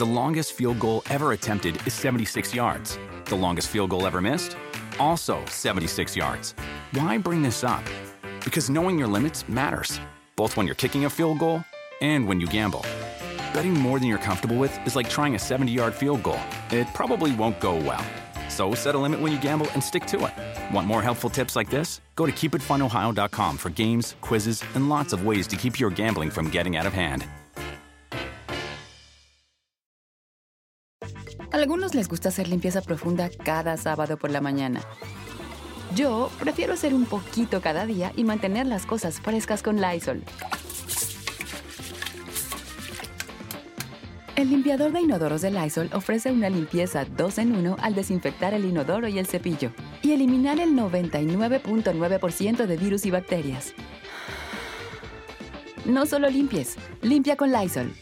The longest field goal ever attempted is 76 yards. The longest field goal ever missed? Also 76 yards. Why bring this up? Because knowing your limits matters, both when you're kicking a field goal and when you gamble. Betting more than you're comfortable with is like trying a 70-yard field goal. It probably won't go well. So set a limit when you gamble and stick to it. Want more helpful tips like this? Go to keepitfunohio.com for games, quizzes, and lots of ways to keep your gambling from getting out of hand. A algunos les gusta hacer limpieza profunda cada sábado por la mañana. Yo prefiero hacer un poquito cada día y mantener las cosas frescas con Lysol. El limpiador de inodoros de Lysol ofrece una limpieza 2 en 1 al desinfectar el inodoro y el cepillo y eliminar el 99.9% de virus y bacterias. No solo limpies, limpia con Lysol.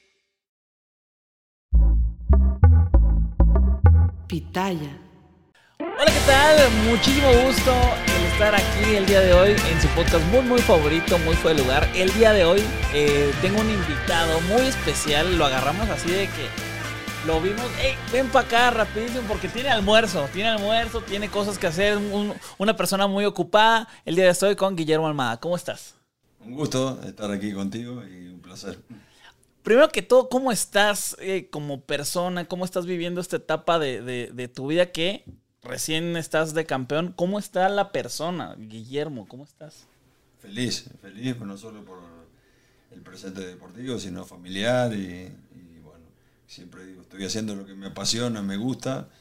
Pitaya. Hola, ¿qué tal? Muchísimo gusto el estar aquí el día de hoy en su podcast muy favorito, muy fuera de lugar. El día de hoy tengo un invitado muy especial, lo agarramos así de que lo vimos, hey, ven para acá rapidísimo porque tiene almuerzo, tiene cosas que hacer, una persona muy ocupada. El día de hoy estoy con Guillermo Almada. ¿Cómo estás? Un gusto estar aquí contigo y un placer. Primero que todo, ¿cómo estás como persona? ¿Cómo estás viviendo esta etapa de tu vida que recién estás de campeón? ¿Cómo está la persona, Guillermo? ¿Cómo estás? Feliz, pues no solo por el presente deportivo, sino familiar y bueno, siempre digo, estoy haciendo lo que me apasiona, me gusta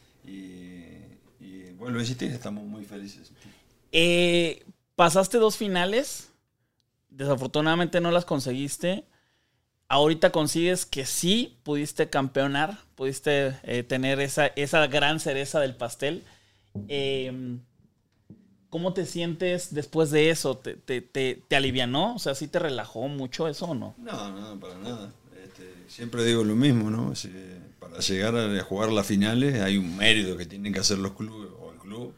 y vuelvo a insistir, estamos muy felices. Pasaste 2 finales, desafortunadamente no las conseguiste. Ahorita consigues que sí pudiste campeonar, pudiste tener esa gran cereza del pastel. ¿Cómo te sientes después de eso? ¿Te alivianó? O sea, ¿sí te relajó mucho eso o no? No, para nada. Siempre digo lo mismo, ¿no? Para llegar a jugar las finales hay un mérito que tienen que hacer los clubes o el club.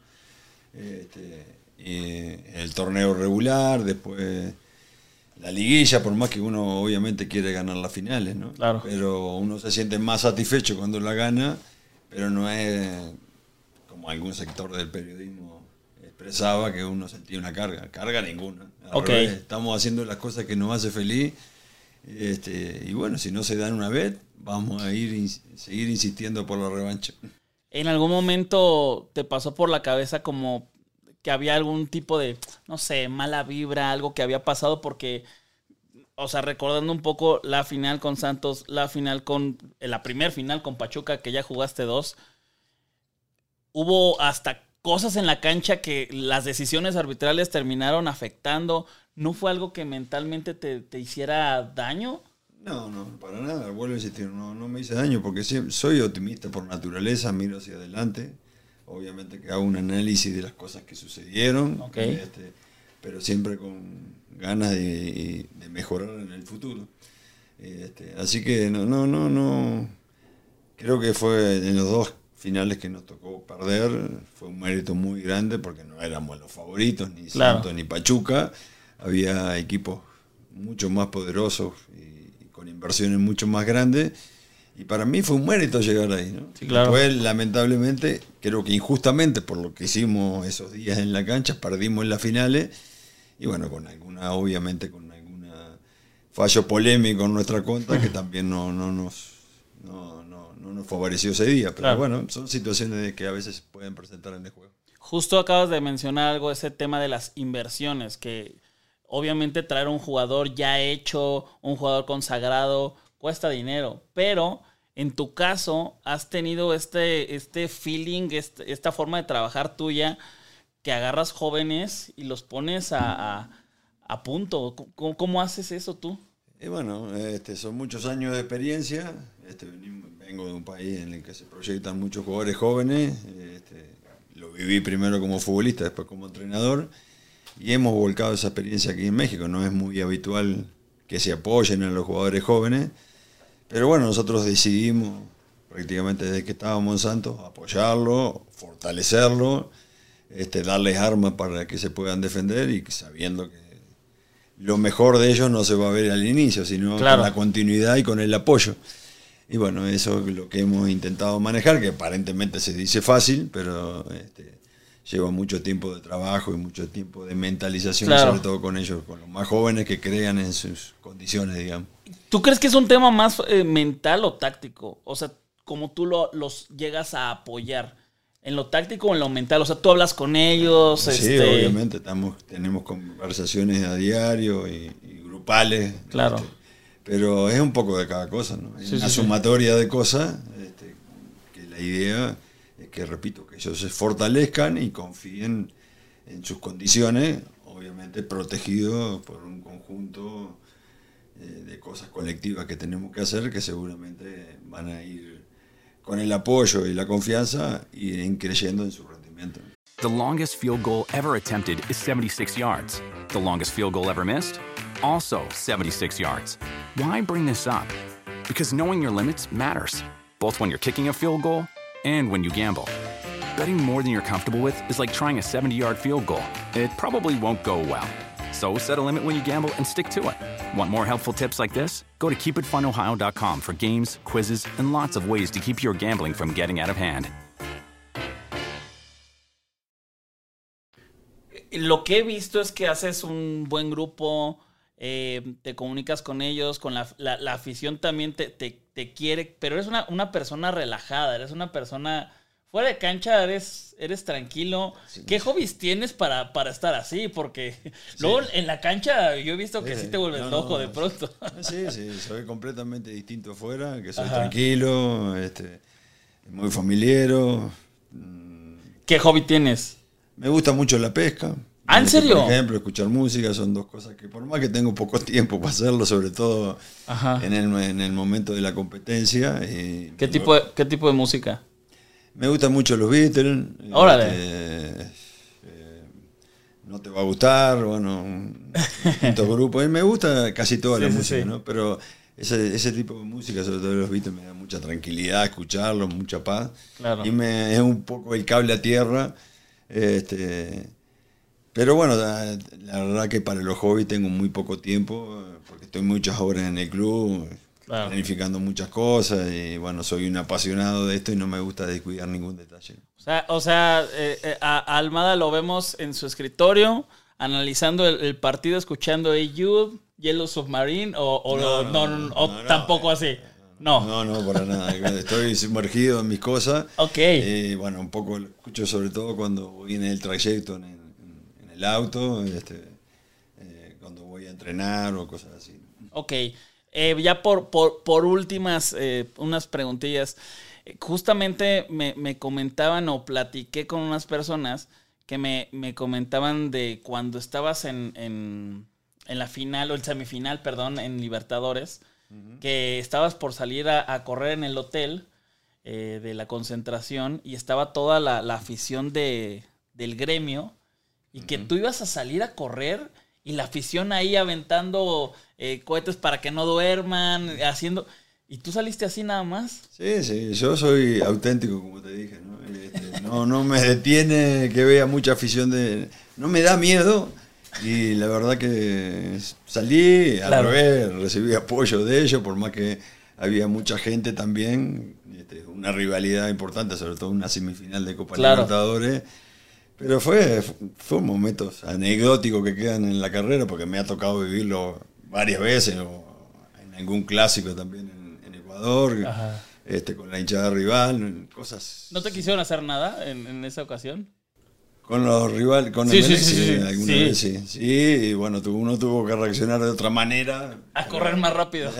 Y el torneo regular, después la liguilla, por más que uno obviamente quiere ganar las finales, ¿no? Claro. Pero uno se siente más satisfecho cuando la gana, pero no es como algún sector del periodismo expresaba que uno sentía una carga ninguna. Okay. Estamos haciendo las cosas que nos hace feliz, y bueno, si no se dan una vez, vamos a seguir insistiendo por la revancha. ¿En algún momento te pasó por la cabeza como que había algún tipo de, no sé, mala vibra, algo que había pasado? Porque, o sea, recordando un poco la final con Santos, la primer final con Pachuca, que ya jugaste 2, hubo hasta cosas en la cancha que las decisiones arbitrales terminaron afectando. ¿No fue algo que mentalmente te hiciera daño? No, para nada, vuelvo a insistir, no me hice daño porque soy optimista por naturaleza, miro hacia adelante. Obviamente que hago un análisis de las cosas que sucedieron, okay, pero siempre con ganas de mejorar en el futuro. Así que no. Creo que fue en los 2 finales que nos tocó perder, fue un mérito muy grande porque no éramos los favoritos, ni claro, Santos ni Pachuca. Había equipos mucho más poderosos y con inversiones mucho más grandes. Y para mí fue un mérito llegar ahí, ¿no? Sí, claro. Después, lamentablemente, creo que injustamente por lo que hicimos esos días en la cancha, perdimos en las finales. Y bueno, con alguna fallo polémico en nuestra contra que también no nos favoreció ese día. Pero claro, bueno, son situaciones que a veces pueden presentar en el juego. Justo acabas de mencionar algo, ese tema de las inversiones, que obviamente traer un jugador ya hecho, un jugador consagrado, cuesta dinero, pero en tu caso has tenido este feeling, esta forma de trabajar tuya, que agarras jóvenes y los pones a punto. ¿Cómo haces eso tú? Bueno, son muchos años de experiencia. Vengo de un país en el que se proyectan muchos jugadores jóvenes. Lo viví primero como futbolista, después como entrenador, y hemos volcado esa experiencia aquí en México. No es muy habitual que se apoyen a los jugadores jóvenes. Pero bueno, nosotros decidimos prácticamente desde que estábamos en Santos apoyarlo, fortalecerlo, darles armas para que se puedan defender y sabiendo que lo mejor de ellos no se va a ver al inicio, sino claro, con la continuidad y con el apoyo. Y bueno, eso es lo que hemos intentado manejar, que aparentemente se dice fácil, pero lleva mucho tiempo de trabajo y mucho tiempo de mentalización, claro, sobre todo con ellos, con los más jóvenes que crean en sus condiciones, digamos. ¿Tú crees que es un tema más mental o táctico? O sea, como tú los llegas a apoyar, ¿en lo táctico o en lo mental? O sea, tú hablas con ellos. Sí, obviamente, tenemos conversaciones a diario y grupales. Claro. Pero es un poco de cada cosa, ¿no? Es una sumatoria de cosas, que la idea es que, repito, que ellos se fortalezcan y confíen en sus condiciones, obviamente protegidos por un conjunto de cosas colectivas que tenemos que hacer, que seguramente van a ir con el apoyo y la confianza y ir creyendo en su rendimiento. The longest field goal ever attempted is 76 yards. The longest field goal ever missed? Also 76 yards. Why bring this up? Because knowing your limits matters, both when you're kicking a field goal and when you gamble. Betting more than you're comfortable with is like trying a 70-yard field goal. It probably won't go well. So set a limit when you gamble and stick to it. Want more helpful tips like this? Go to keepitfunohio.com for games, quizzes, and lots of ways to keep your gambling from getting out of hand. Lo que he visto es que haces un buen grupo, te comunicas con ellos, con la afición también te quiere, pero eres una persona relajada, eres una persona... Fuera de cancha eres tranquilo. Sí. ¿Qué hobbies tienes para estar así? Porque luego en la cancha yo he visto que sí te vuelves loco de pronto. Sí, soy completamente distinto afuera, que soy tranquilo, muy familiero. ¿Qué hobby tienes? Me gusta mucho la pesca. ¿Ah, en serio? Por ejemplo, escuchar música son dos cosas que por más que tengo poco tiempo para hacerlo, sobre todo en el momento de la competencia. ¿Qué tipo de música? Me gustan mucho los Beatles. Órale. No te va a gustar, bueno, distintos grupos. Me gusta casi toda la música, ¿no? Pero ese tipo de música, sobre todo los Beatles, me da mucha tranquilidad escucharlo, mucha paz. Claro. Y es un poco el cable a tierra. Pero bueno, la verdad que para los hobbies tengo muy poco tiempo, porque estoy muchas horas en el club. Claro. Planificando muchas cosas y bueno, soy un apasionado de esto y no me gusta descuidar ningún detalle. O sea, a Almada lo vemos en su escritorio analizando el partido, escuchando Hey Jude, Yellow Submarine o tampoco así. No, para nada. Estoy sumergido en mis cosas. Ok. Bueno, un poco lo escucho sobre todo cuando voy en el trayecto en el auto, cuando voy a entrenar o cosas así. Ok. Ya por últimas, unas preguntillas. Justamente me comentaban o platiqué con unas personas que me comentaban de cuando estabas en la final o el semifinal, perdón, en Libertadores, que estabas por salir a correr en el hotel de la concentración y estaba toda la afición del gremio y que tú ibas a salir a correr y la afición ahí aventando cohetes para que no duerman, haciendo... ¿Y tú saliste así nada más? Sí, yo soy auténtico, como te dije, ¿no? No me detiene que vea mucha afición no me da miedo y la verdad que salí, al revés, recibí apoyo de ellos, por más que había mucha gente también, una rivalidad importante, sobre todo una semifinal de Copa Libertadores. Pero fue momentos anecdóticos que quedan en la carrera, porque me ha tocado vivirlo varias veces, o en algún clásico también en Ecuador, con la hinchada rival, cosas... ¿No te quisieron hacer nada en esa ocasión? Con los rivales, con el sí, alguna vez sí. Sí, y bueno, uno tuvo que reaccionar de otra manera. A correr más rápido.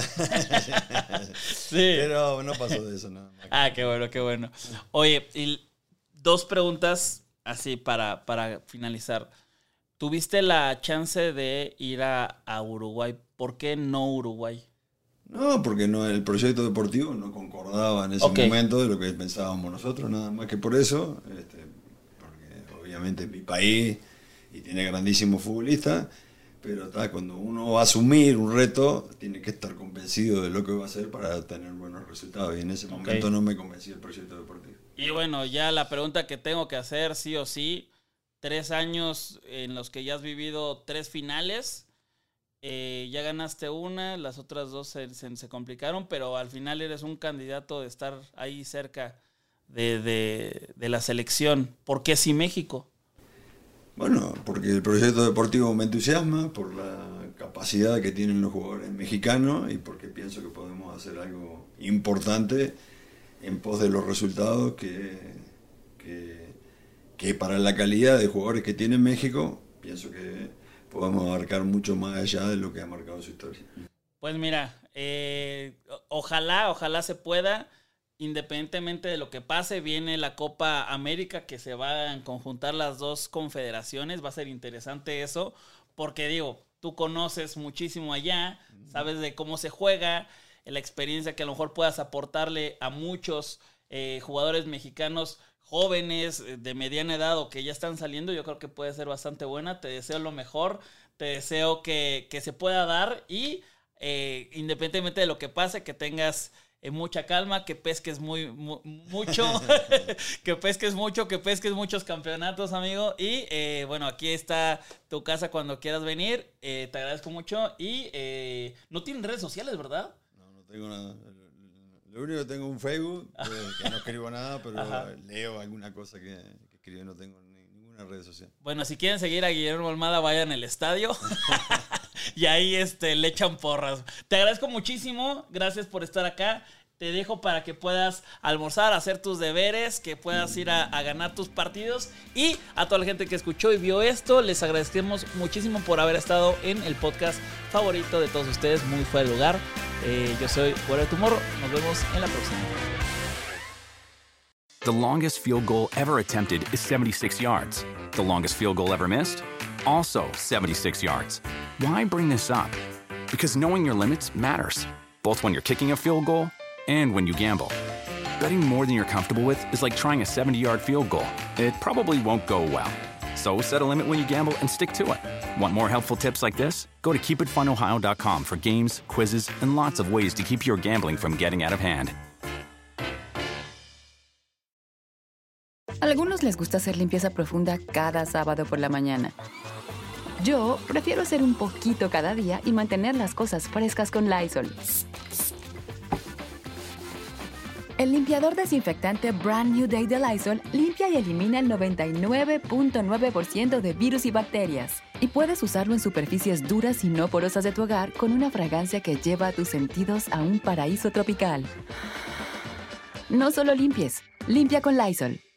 Sí. Pero no pasó de eso nada más. Ah, qué bueno. Oye, y 2 preguntas... Así, para finalizar. ¿Tuviste la chance de ir a Uruguay? ¿Por qué no Uruguay? No, porque el proyecto deportivo no concordaba en ese momento de lo que pensábamos nosotros, nada más que por eso. Porque obviamente es mi país y tiene grandísimos futbolistas, pero cuando uno va a asumir un reto, tiene que estar convencido de lo que va a hacer para tener buenos resultados. Y en ese momento no me convenció el proyecto deportivo. Y bueno, ya la pregunta que tengo que hacer, sí o sí, 3 años en los que ya has vivido 3 finales, ya ganaste una, las otras dos se complicaron, pero al final eres un candidato de estar ahí cerca de la selección. ¿Por qué sí México? Bueno, porque el proyecto deportivo me entusiasma por la capacidad que tienen los jugadores mexicanos y porque pienso que podemos hacer algo importante en pos de los resultados que para la calidad de jugadores que tiene México, pienso que podemos abarcar mucho más allá de lo que ha marcado su historia. Pues mira, ojalá se pueda. Independientemente de lo que pase, viene la Copa América, que se van a conjuntar las dos confederaciones. Va a ser interesante eso, porque digo, tú conoces muchísimo allá, sabes de cómo se juega, la experiencia que a lo mejor puedas aportarle a muchos jugadores mexicanos jóvenes de mediana edad o que ya están saliendo. Yo creo que puede ser bastante buena. Te deseo lo mejor, te deseo que se pueda dar y independientemente de lo que pase, que tengas mucha calma, que pesques mucho, que pesques muchos campeonatos, amigo. Y bueno, aquí está tu casa cuando quieras venir. Te agradezco mucho. Y no tienen redes sociales, ¿verdad? No tengo nada. Lo único que tengo es un Facebook, que no escribo nada, pero leo alguna cosa que escribo. No tengo ninguna red social. Bueno, si quieren seguir a Guillermo Almada, vayan al estadio. Y ahí le echan porras. Te agradezco muchísimo. Gracias por estar acá. Te dejo para que puedas almorzar, hacer tus deberes, que puedas ir a ganar tus partidos. Y a toda la gente que escuchó y vio esto, les agradecemos muchísimo por haber estado en el podcast favorito de todos ustedes, Muy Fuera de Lugar. Yo soy Fuera de tu Morro. Nos vemos en la próxima. The longest field goal ever attempted is 76 yards. The longest field goal ever missed? Also 76 yards. Why bring this up? Because knowing your limits matters, both when you're kicking a field goal and when you gamble. Betting more than you're comfortable with is like trying a 70-yard field goal. It probably won't go well. So set a limit when you gamble and stick to it. Want more helpful tips like this? Go to keepitfunohio.com for games, quizzes, and lots of ways to keep your gambling from getting out of hand. A algunos les gusta hacer limpieza profunda cada sábado por la mañana. Yo prefiero hacer un poquito cada día y mantener las cosas frescas con Lysol. El limpiador desinfectante Brand New Day de Lysol limpia y elimina el 99.9% de virus y bacterias. Y puedes usarlo en superficies duras y no porosas de tu hogar con una fragancia que lleva a tus sentidos a un paraíso tropical. No solo limpies, limpia con Lysol.